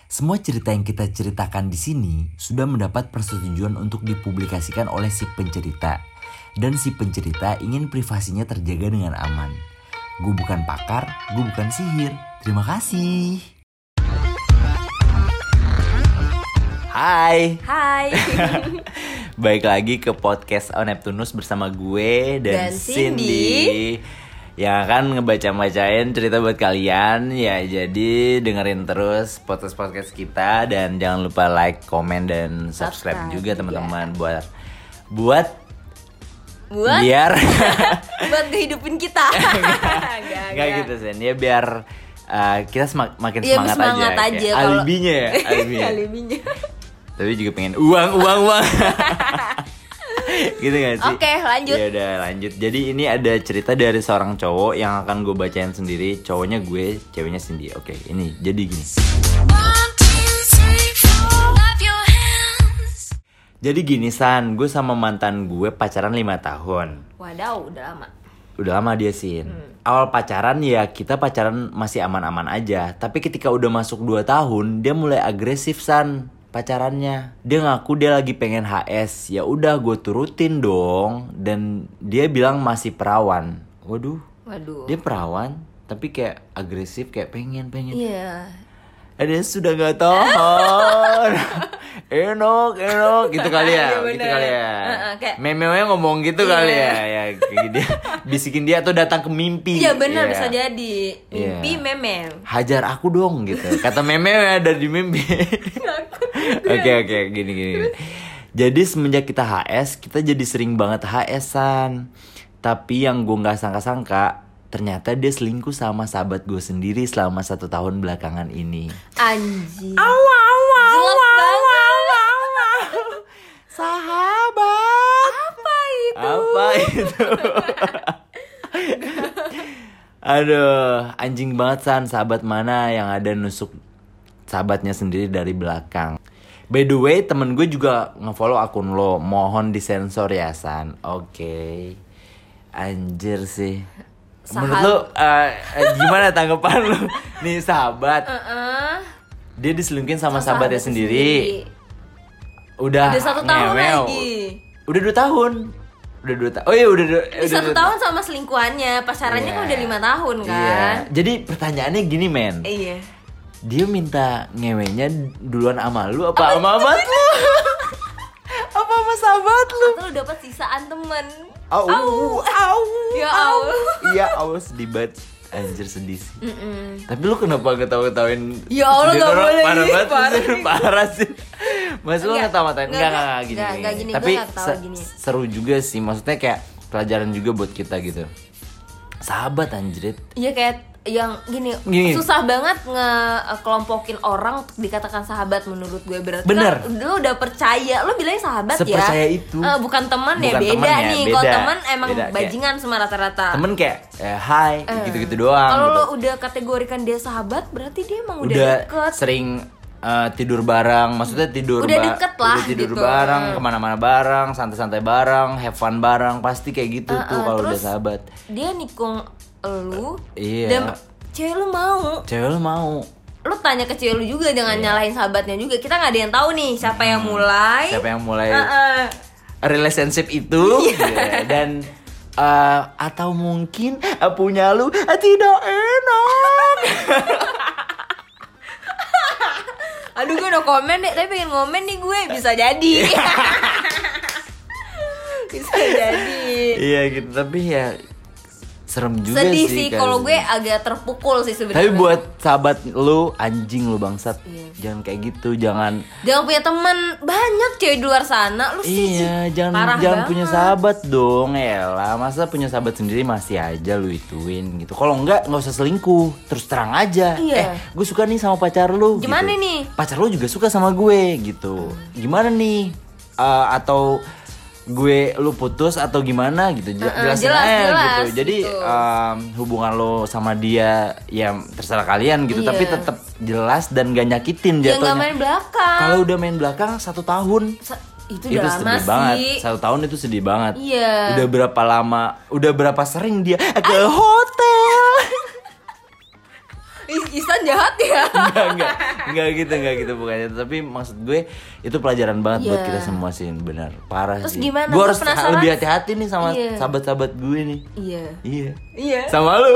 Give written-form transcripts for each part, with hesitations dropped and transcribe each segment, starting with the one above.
Semua cerita yang kita ceritakan di sini sudah mendapat persetujuan untuk dipublikasikan oleh si pencerita. Dan si pencerita ingin privasinya terjaga dengan aman. Gue bukan pakar, gue bukan sihir. Terima kasih. Hai. Baik lagi ke podcast On Neptunus bersama gue dan Cindy yang akan ngebaca-bacain cerita buat kalian. Ya, jadi dengerin terus podcast kita dan jangan lupa like, komen dan subscribe juga teman-teman buat biar buat ngehidupin kita. Enggak gitu Sen. Ya biar kita makin semangat aja. Alibinya ya, alibinya. Tapi juga pengen uang. Gitu gak sih? Oke, lanjut. Ya udah lanjut. Jadi ini ada cerita dari seorang cowok yang akan gue bacain sendiri. Cowoknya gue, ceweknya Cindy. Oke, ini jadi gini. Jadi gini San, gue sama mantan gue pacaran 5 tahun. Wadaw, udah lama. Udah lama dia Sin. Awal pacaran ya kita pacaran masih aman-aman aja. Tapi ketika udah masuk 2 tahun, dia mulai agresif San pacarannya. Dia ngaku dia lagi pengen HS. Ya udah gue turutin dong. Dan dia bilang masih perawan. Waduh. Dia perawan tapi kayak agresif, kayak pengen. Iya. Dia sudah gak tahan. Enok gitu kali ya. Iya, gitu kali ya. Kayak Memenya ngomong gitu kali ya. Ya kayak dia bisikin dia atau datang ke mimpi. Iya benar, bisa jadi mimpi meme. Hajar aku dong gitu. Kata meme ya dari mimpi. Oke, gini. Jadi semenjak kita HS, kita jadi sering banget HS-an. Tapi yang gue gak sangka-sangka, ternyata dia selingkuh sama sahabat gue sendiri selama 1 tahun belakangan ini. Anjir. Jelek banget. Sahabat. Apa itu? Aduh, anjing banget San. Sahabat mana yang ada nusuk sahabatnya sendiri dari belakang. By the way, temen gue juga nge-follow akun lo. Mohon disensor ya San. Oke. Anjir sih. Menurut lo gimana tanggapan lo? Nih sahabat. Dia diselingkuhin sama sahabatnya sendiri. Udah 1 tahun lagi. Udah 2 tahun. Oh iya udah 1 tahun sama selingkuhannya. Pacarannya kan udah 5 tahun kan. Iya. Jadi pertanyaannya gini men. Iya. Dia minta ngewenya duluan sama lu apa sama sahabat lu? Apa sama sahabat lu? Atau lu dapet sisaan temen. Ya Allah sedih banget. Anjir sedih sih. Tapi lu kenapa ketawa-ketawain? Ya Allah gak boleh. Parah sih. Mas lu ngetawa-ngetawain? Enggak gini. Tapi gini. seru juga sih. Maksudnya kayak pelajaran juga buat kita gitu. Sahabat anjrit. Iya kayak yang gini. Susah banget ngekelompokin orang untuk dikatakan sahabat menurut gue. Berarti bener. Kan lu udah percaya. Lu bilangnya sahabat sepercaya ya. Itu. Bukan teman ya, beda nih. Kalau teman emang beda, bajingan kayak, sama rata-rata. Temen kayak hai gitu-gitu doang. Kalau gitu. lo udah kategorikan dia sahabat, berarti dia emang udah deket. Sering tidur bareng, maksudnya tidur deket lah, udah tidur gitu. Bareng, kemana-mana bareng, santai-santai bareng, have fun bareng, pasti kayak gitu tuh kalau udah sahabat. Dia nikung lu, iya. Dan cewek lu mau. Lu tanya ke cewek lu juga, dengan nyalahin sahabatnya juga. Kita nggak ada yang tahu nih siapa yang mulai relationship itu, dan atau mungkin punya lu tidak enak. Aduh gue udah komen deh, tapi pengen ngomen nih gue. Bisa jadi. Bisa jadi. Iya gitu, tapi ya serem juga sedih sih kalau gue agak terpukul sih sebenarnya. Tapi buat sahabat lu, anjing lu bangsat. Jangan kayak gitu, jangan punya teman banyak cewek di luar sana lu sih. Iya, jangan punya sahabat dong. Elah, masa punya sahabat sendiri masih aja lu ituin gitu. Kalau enggak usah selingkuh, terus terang aja. Iya. Gue suka nih sama pacar lu. Gimana gitu. nih? Pacar lu juga suka sama gue gitu. Gimana nih? Atau lu putus atau gimana gitu, jelasin aja gitu. Jadi hubungan lo sama dia ya terserah kalian gitu, tapi tetap jelas dan gak nyakitin jatuhnya. Jangan main belakang. Kalau udah main belakang 1 tahun itu udah lama sedih banget. 1 tahun itu sedih banget. Iya. Udah berapa lama, udah berapa sering dia ke hotel. Isan jahat ya? Enggak gitu bukannya. Tapi maksud gue itu pelajaran banget buat kita semua sih, benar. Parah Terus sih. gimana? Gue Gua harus penasaran. lebih hati-hati nih sama Iya. sahabat-sahabat gue nih. Iya. Sama lu.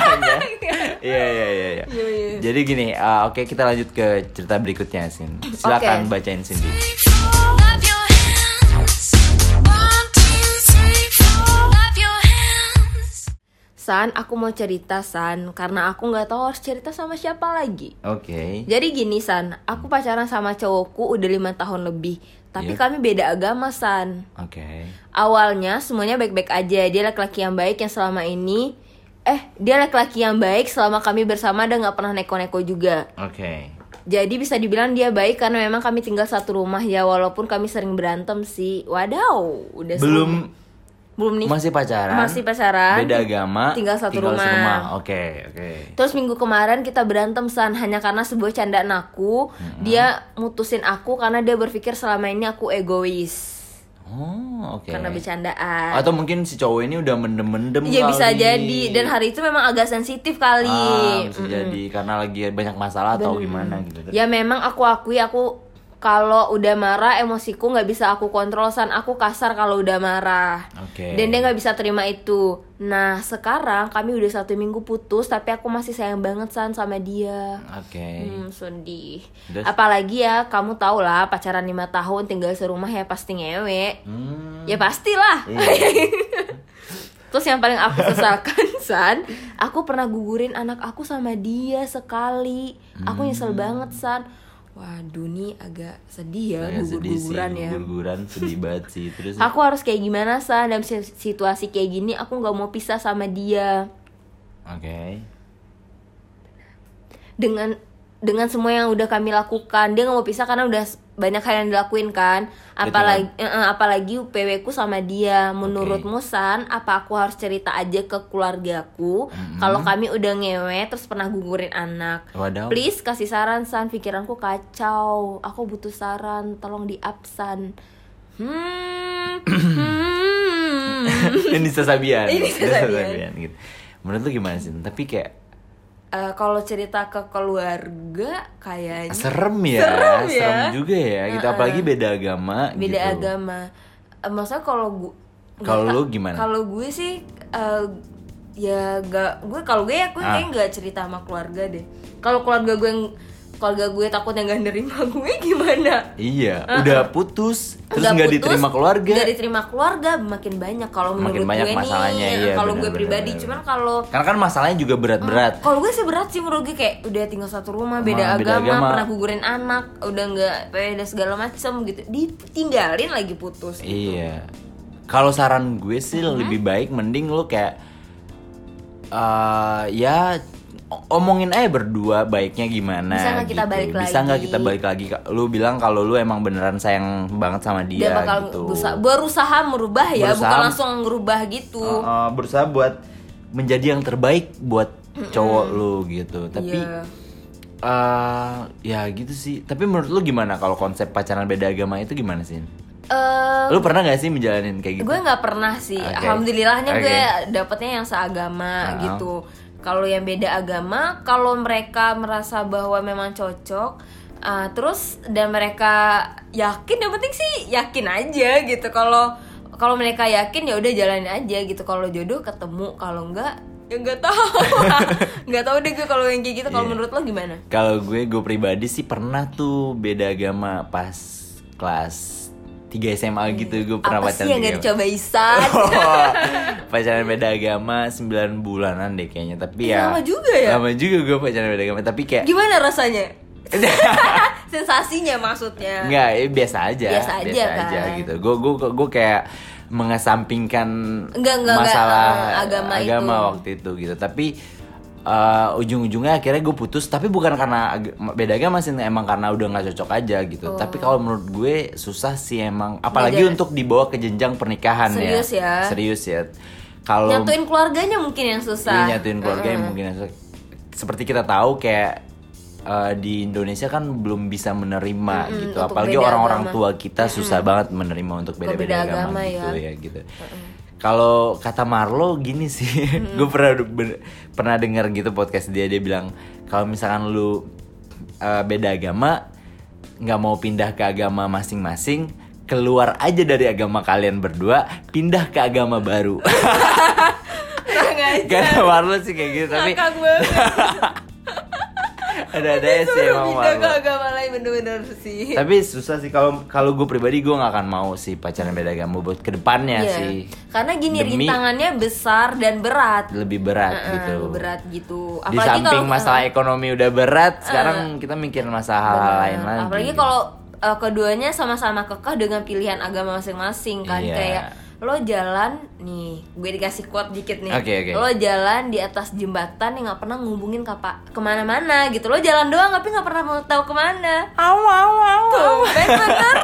Iya. Jadi gini, oke, kita lanjut ke cerita berikutnya, Sin. Silakan bacain Cindy. Clap your hands. 1, 2, 3, 4. Clap your hands. San, aku mau cerita San, karena aku nggak tahu harus cerita sama siapa lagi. Oke. Jadi gini San, aku pacaran sama cowokku udah 5 tahun lebih, tapi Iya. kami beda agama San. Oke. Awalnya semuanya baik-baik aja, dia laki-laki yang baik yang selama ini dia laki-laki yang baik selama kami bersama dan nggak pernah neko-neko juga. Oke. Jadi bisa dibilang dia baik karena memang kami tinggal satu rumah ya, walaupun kami sering berantem sih. Wadaw, udah Belum nih. masih pacaran. Beda agama. Tinggal satu rumah. Oke. Terus minggu kemarin kita berantem San, hanya karena sebuah candaan aku. Dia mutusin aku karena dia berpikir selama ini aku egois. Oh, oke. Karena bercandaan. Atau mungkin si cowok ini udah mendem-mendem Iya kali. bisa jadi. Dan hari itu memang agak sensitif kali. Bisa jadi karena lagi banyak masalah atau gimana gitu. Ya memang aku akui aku kalau udah marah emosiku nggak bisa aku kontrol San. Aku kasar kalau udah marah. Oke. Dan dia nggak bisa terima itu. Nah sekarang kami udah 1 minggu putus, tapi aku masih sayang banget San sama dia. Oke. Sedih. Terus? Apalagi ya kamu tau lah, pacaran 5 tahun tinggal serumah ya pasti ngewe. Ya pastilah. Iya. Terus yang paling aku sesalkan San, aku pernah gugurin anak aku sama dia sekali. Aku nyesel banget San. Waduh nih agak sedih ya, Agak sedih sih, gugur-guguran ya. gugur-guguran sedih banget sih. Terus Aku harus kayak gimana San dalam situasi kayak gini? Aku nggak mau pisah sama dia. Oke. Dengan semua yang udah kami lakukan, dia nggak mau pisah karena udah banyak hal yang dilakuin kan. Apalagi PW ku sama dia. Menurutmu San, apa aku harus cerita aja ke keluargaku kalau kami udah ngewe terus pernah gugurin anak? Wadaw. Please kasih saran San, pikiranku kacau. Aku butuh saran, tolong di absan. Ini Nisa Sabian. Ini Nisa Sabian. Gitu. Menurut lu gimana sih? Tapi kayak Kalau cerita ke keluarga kayaknya serem ya. Serem juga ya. Gitu apalagi beda agama. beda gitu. agama. Maksudnya kalau lu gimana? Kalau gue sih ya kalau gue kayak nggak cerita sama keluarga deh. Kalau keluarga gue takutnya nggak nerima gue gimana? Iya, udah putus terus nggak diterima keluarga. Nggak diterima keluarga makin banyak kalau menurut Makin banyak gue masalahnya, nih. iya, Kalau gue benar, pribadi, benar. cuman kalau Karena kan masalahnya juga berat-berat. kalau gue sih berat sih menurut gue, kayak udah tinggal satu rumah, beda Beda agama, agama. pernah gugurin anak, udah nggak beda segala macam gitu, ditinggalin lagi putus. Iya. Kalau saran gue sih lebih baik mending lu kayak ya omongin aja berdua baiknya gimana. Bisa nggak kita balik Bisa nggak lagi? kita balik lagi? Lu bilang kalau lu emang beneran sayang banget sama dia Dia bakal gitu. berusaha merubah ya, Berusaha- bukan langsung ngerubah gitu. Berusaha buat menjadi yang terbaik buat cowok lu gitu. Tapi Iya. ya gitu sih. Tapi menurut lu gimana kalau konsep pacaran beda agama itu gimana sih? Eh, Lu pernah gak sih menjalanin kayak gitu? gue nggak pernah sih. Oke. Alhamdulillahnya Oke. gue dapetnya yang seagama gitu. Kalau yang beda agama, kalau mereka merasa bahwa memang cocok, terus dan mereka yakin, yang penting sih yakin aja gitu. Kalau mereka yakin ya udah jalanin aja gitu. Kalau jodoh ketemu, kalau enggak ya nggak tahu. Nggak tahu deh gue kalau yang kayak gitu. Kalau Iya. menurut lo gimana? Kalau gue pribadi sih pernah tuh beda agama pas kelas 3 SMA gitu. Gue pernah Apa pacaran sih yang beda nggak dicoba Isan? pacaran beda agama 9 bulanan deh kayaknya. Tapi ya Lama juga ya? Lama juga gue pacaran beda agama. Tapi kayak Gimana rasanya? Sensasinya maksudnya? Enggak, biasa aja. Biasa aja kan? gitu. Gue kayak mengesampingkan Enggak, masalah agama agama itu. waktu itu gitu. Tapi ujung-ujungnya akhirnya gue putus, tapi bukan karena beda agama sih, emang karena udah nggak cocok aja gitu. Tapi kalau menurut gue susah sih emang, apalagi Beda. untuk dibawa ke jenjang pernikahan. Serius ya? Serius ya. Kalau Nyatuin keluarganya mungkin yang susah. Iya, nyatuin keluarganya mungkin yang susah. Seperti kita tahu kayak di Indonesia kan belum bisa menerima gitu. untuk Apalagi beda orang-orang agama. tua kita susah banget menerima untuk beda-beda beda agama, agama gitu ya. ya gitu. Kalau kata Marlo gini sih, gue pernah dengar gitu podcast dia bilang kalau misalkan lu beda agama, nggak mau pindah ke agama masing-masing, keluar aja dari agama kalian berdua, pindah ke agama baru. Karena Marlo sih kayak gitu, tapi Ngakak banget. ada sih emang Pindah ke Marlo. agama lain bener-bener sih. Tapi susah sih kalau gue pribadi gue nggak akan mau sih pacaran beda agama buat kedepannya Iya. sih. Karena gini, Demi rintangannya besar dan berat. lebih berat gitu. Berat gitu. Di samping masalah ekonomi udah berat, sekarang kita mikirin masalah hal lain lagi. Apalagi kalau keduanya sama-sama kekeh dengan pilihan agama masing-masing kan. Iya. Kayak lo jalan nih, gue dikasih quote dikit nih. Oke. Lo jalan di atas jembatan yang nggak pernah ngehubungin kemana-mana gitu. Lo jalan doang tapi nggak pernah mau tahu kemana. Tuh, bener.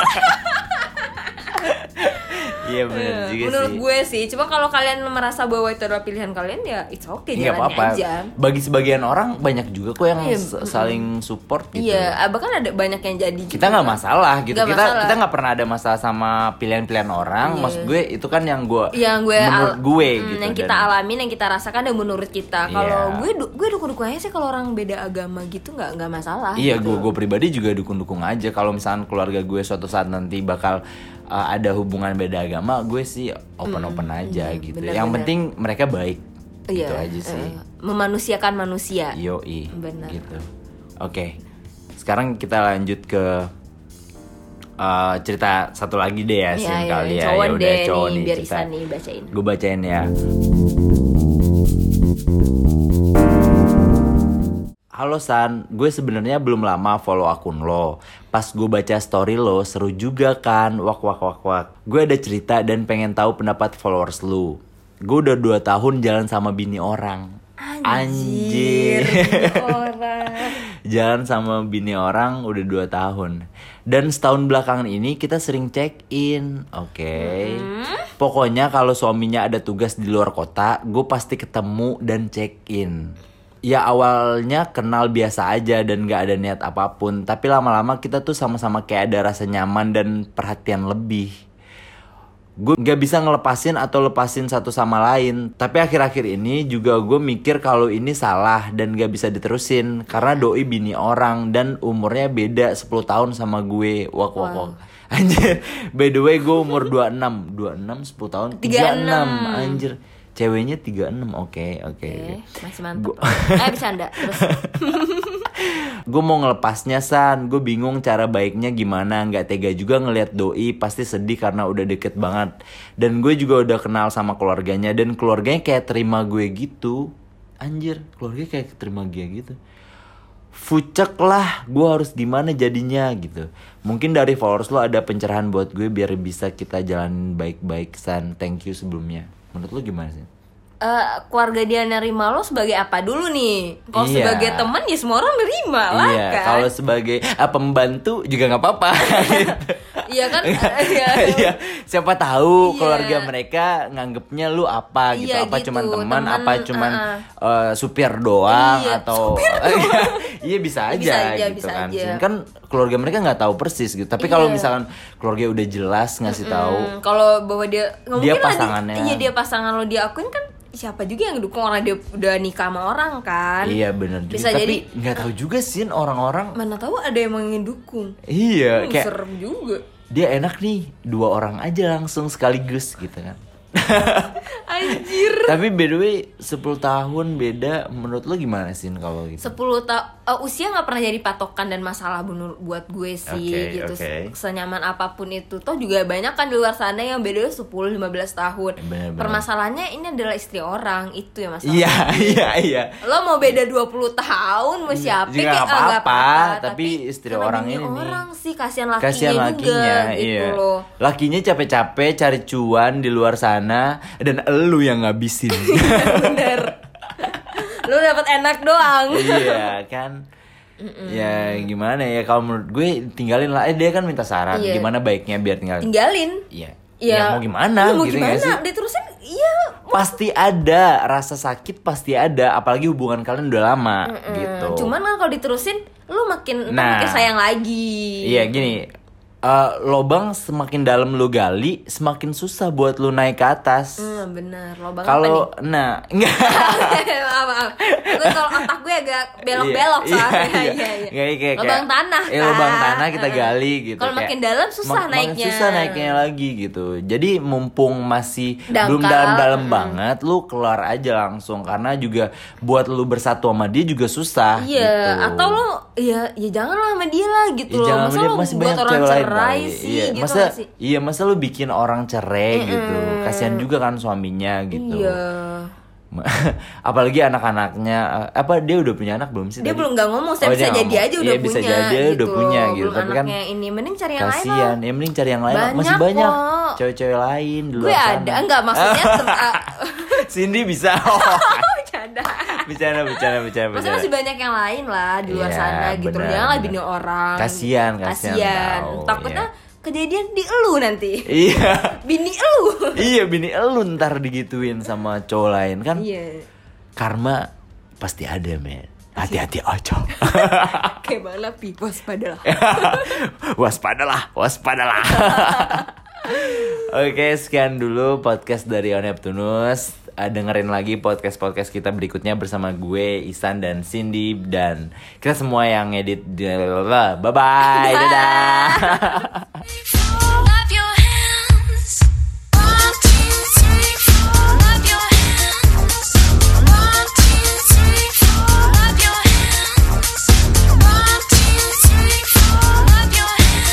Iya benar juga Menurut sih. gue sih, cuma kalau kalian merasa bahwa itu adalah pilihan kalian ya it's okay, Nggak jalannya apa-apa. aja. Bagi sebagian orang banyak juga kok yang Iya, saling support gitu. Iya, bahkan ada banyak yang jadi. Kita nggak masalah gitu. Nggak masalah. Kita nggak pernah ada masalah sama pilihan-pilihan orang. Iya. Maksud gue itu kan yang gue menurut al- gue gitu. yang kita Dan- alamin, yang kita rasakan dan menurut kita. Iya. Kalau gue dukung-dukung aja sih kalau orang beda agama gitu nggak masalah. Iya, gitu. gue pribadi juga dukung-dukung aja. Kalau misalkan keluarga gue suatu saat nanti bakal ada hubungan beda agama, gue sih open-open aja gitu. benar-benar. Yang penting mereka baik. Iya, Gitu aja sih. memanusiakan manusia. Yoi. Benar. Gitu. Oke. Sekarang kita lanjut ke cerita satu lagi deh ya, Iya, kali ya. cowok Ya udah, deh cowok nih, nih, biar cerita. Isan nih bacain. Gue bacain ya. Halo San, gue sebenarnya belum lama follow akun lo. Pas gue baca story lo, seru juga kan. Wak. Gue ada cerita dan pengen tahu pendapat followers lo. Gue udah 2 tahun jalan sama bini orang. Anjir. Orang. Jalan sama bini orang udah 2 tahun. Dan setahun belakangan ini kita sering check in. Oke. Pokoknya kalau suaminya ada tugas di luar kota, gue pasti ketemu dan check in. Ya awalnya kenal biasa aja dan gak ada niat apapun. Tapi lama-lama kita tuh sama-sama kayak ada rasa nyaman dan perhatian lebih. Gue gak bisa ngelepasin atau lepasin satu sama lain. Tapi akhir-akhir ini juga gue mikir kalau ini salah dan gak bisa diterusin. Karena doi bini orang dan umurnya beda 10 tahun sama gue. Wak. Anjir, by the way gue umur 26 10 tahun 36. Anjir, ceweknya 36. Oke. Masih mantap. Bercanda terus. Gue mau ngelepasnya San, gue bingung cara baiknya gimana. Gak tega juga ngelihat doi, pasti sedih karena udah deket banget. Dan gue juga udah kenal sama keluarganya, dan keluarganya kayak terima gue gitu. Anjir, keluarganya kayak terima gue gitu. Fucek lah, gue harus gimana jadinya gitu. Mungkin dari followers lo ada pencerahan buat gue biar bisa kita jalan baik-baik San. Thank you sebelumnya. Menurut lo gimana sih? Keluarga dia nerima lo sebagai apa dulu nih? Kalau Iya. sebagai teman ya semua orang nerima lah Iya, kan. kalau sebagai pembantu juga nggak apa-apa. Iya kan? Iya, siapa tahu Iya. keluarga mereka nganggepnya lu apa gitu, Iya apa gitu, cuman teman, teman, apa cuman supir doang Iya, atau iya bisa aja Bisa aja, gitu bisa kan. aja. Kan keluarga mereka nggak tahu persis gitu. Tapi kalau Iya. misalkan keluarga udah jelas ngasih tahu, Kalau bahwa dia nggak Dia mungkin lah pasangannya. iya dia pasangan lo diakuin kan, siapa juga yang dukung orang dia udah nikah sama orang kan? iya bener juga. Bisa Tapi jadi nggak tahu juga sih orang-orang. mana tahu ada yang mau ingin dukung. Iya, kayak Serem juga. dia enak nih 2 orang aja langsung sekaligus gitu kan. Anjir. Tapi by the way 10 tahun beda, menurut lo gimana sih kalau gitu? 10 tahun usia nggak pernah jadi patokan dan masalah buat gue sih Oke, gitu. oke. Senyaman apapun itu, toh juga banyak kan di luar sana yang bedanya 10-15 tahun. Bener-bener. Permasalahannya ini adalah istri orang, itu ya masalah. Iya. Lo mau beda 20 tahun sama siapa Juga kayak nggak nggak apa-apa, tapi istri karena orang bini ini nih. orang sih kasihan lakinya, Kasihan juga lakinya, gitu iya. loh. Lakinya capek-capek cari cuan di luar sana dan elu yang ngabisin. Bener. Lo dapat enak doang. Iya kan. Ya gimana ya, kalau menurut gue tinggalin lah. Dia kan minta saran Iya. gimana baiknya biar tinggalin. Tinggalin. Iya. Ya, Ya, mau gimana mau gitu nggak sih? gimana? Diterusin iya. Pasti ada rasa sakit, pasti ada, apalagi hubungan kalian udah lama gitu. Cuman kan kalau diterusin lo makin Nah. makin sayang lagi. Iya gini, lobang semakin dalam lu gali, semakin susah buat lu naik ke atas. Benar. Lobang Kalau apa nih? nah enggak. Maaf. Gue kalau otak gue agak belok-belok soalnya. Iya. Kayak Lubang tanah kan. lubang tanah kita gali gitu. Kalau Kayak makin dalam susah makin naiknya. susah naiknya lagi gitu. Jadi mumpung masih Dangkal. belum dalam-dalam banget, lu keluar aja langsung karena juga buat lu bersatu sama dia juga susah. Iya, gitu. atau lo ya janganlah sama dia lah gitu loh. Jangan Masa dia lo masih buat banyak orang cewek lain cerai kali. sih Iya, gitu masa nggak sih? iya masa lu bikin orang cerai gitu. Kasihan juga kan suaminya gitu. Iya. Apalagi anak-anaknya apa dia udah punya anak belum sih Dia tadi? belum nggak ngomong, saya Oh, bisa dia jadi nggak aja ngomong. udah Iya, punya. bisa jadi gitu. udah punya gitu. Belum Tapi kan anaknya ini mending cari yang lain kasihan, lah. ya mending cari yang lain. Banyak Masih banyak kok. cewek-cewek lain di luar Gue sana. ada, enggak maksudnya Cindy bisa. bercanda. Bercanda. Maksudnya masih banyak yang lain lah di luar Iya, sana gitu. benar, Janganlah benar. bini orang. Kasian tahu, Takutnya iya. kejadian di elu nanti. Iya. Bini elu. Iya, bini elu ntar digituin sama cowok lain kan. Iya. Karma pasti ada, men. Hati-hati aja. Kayak mana pi, waspadalah. Waspadalah. Oke, sekian dulu podcast dari On Neptunus. Dengerin lagi podcast kita berikutnya bersama gue, Isan dan Cindy, dan kita semua yang edit. Bye bye. Dadah. Before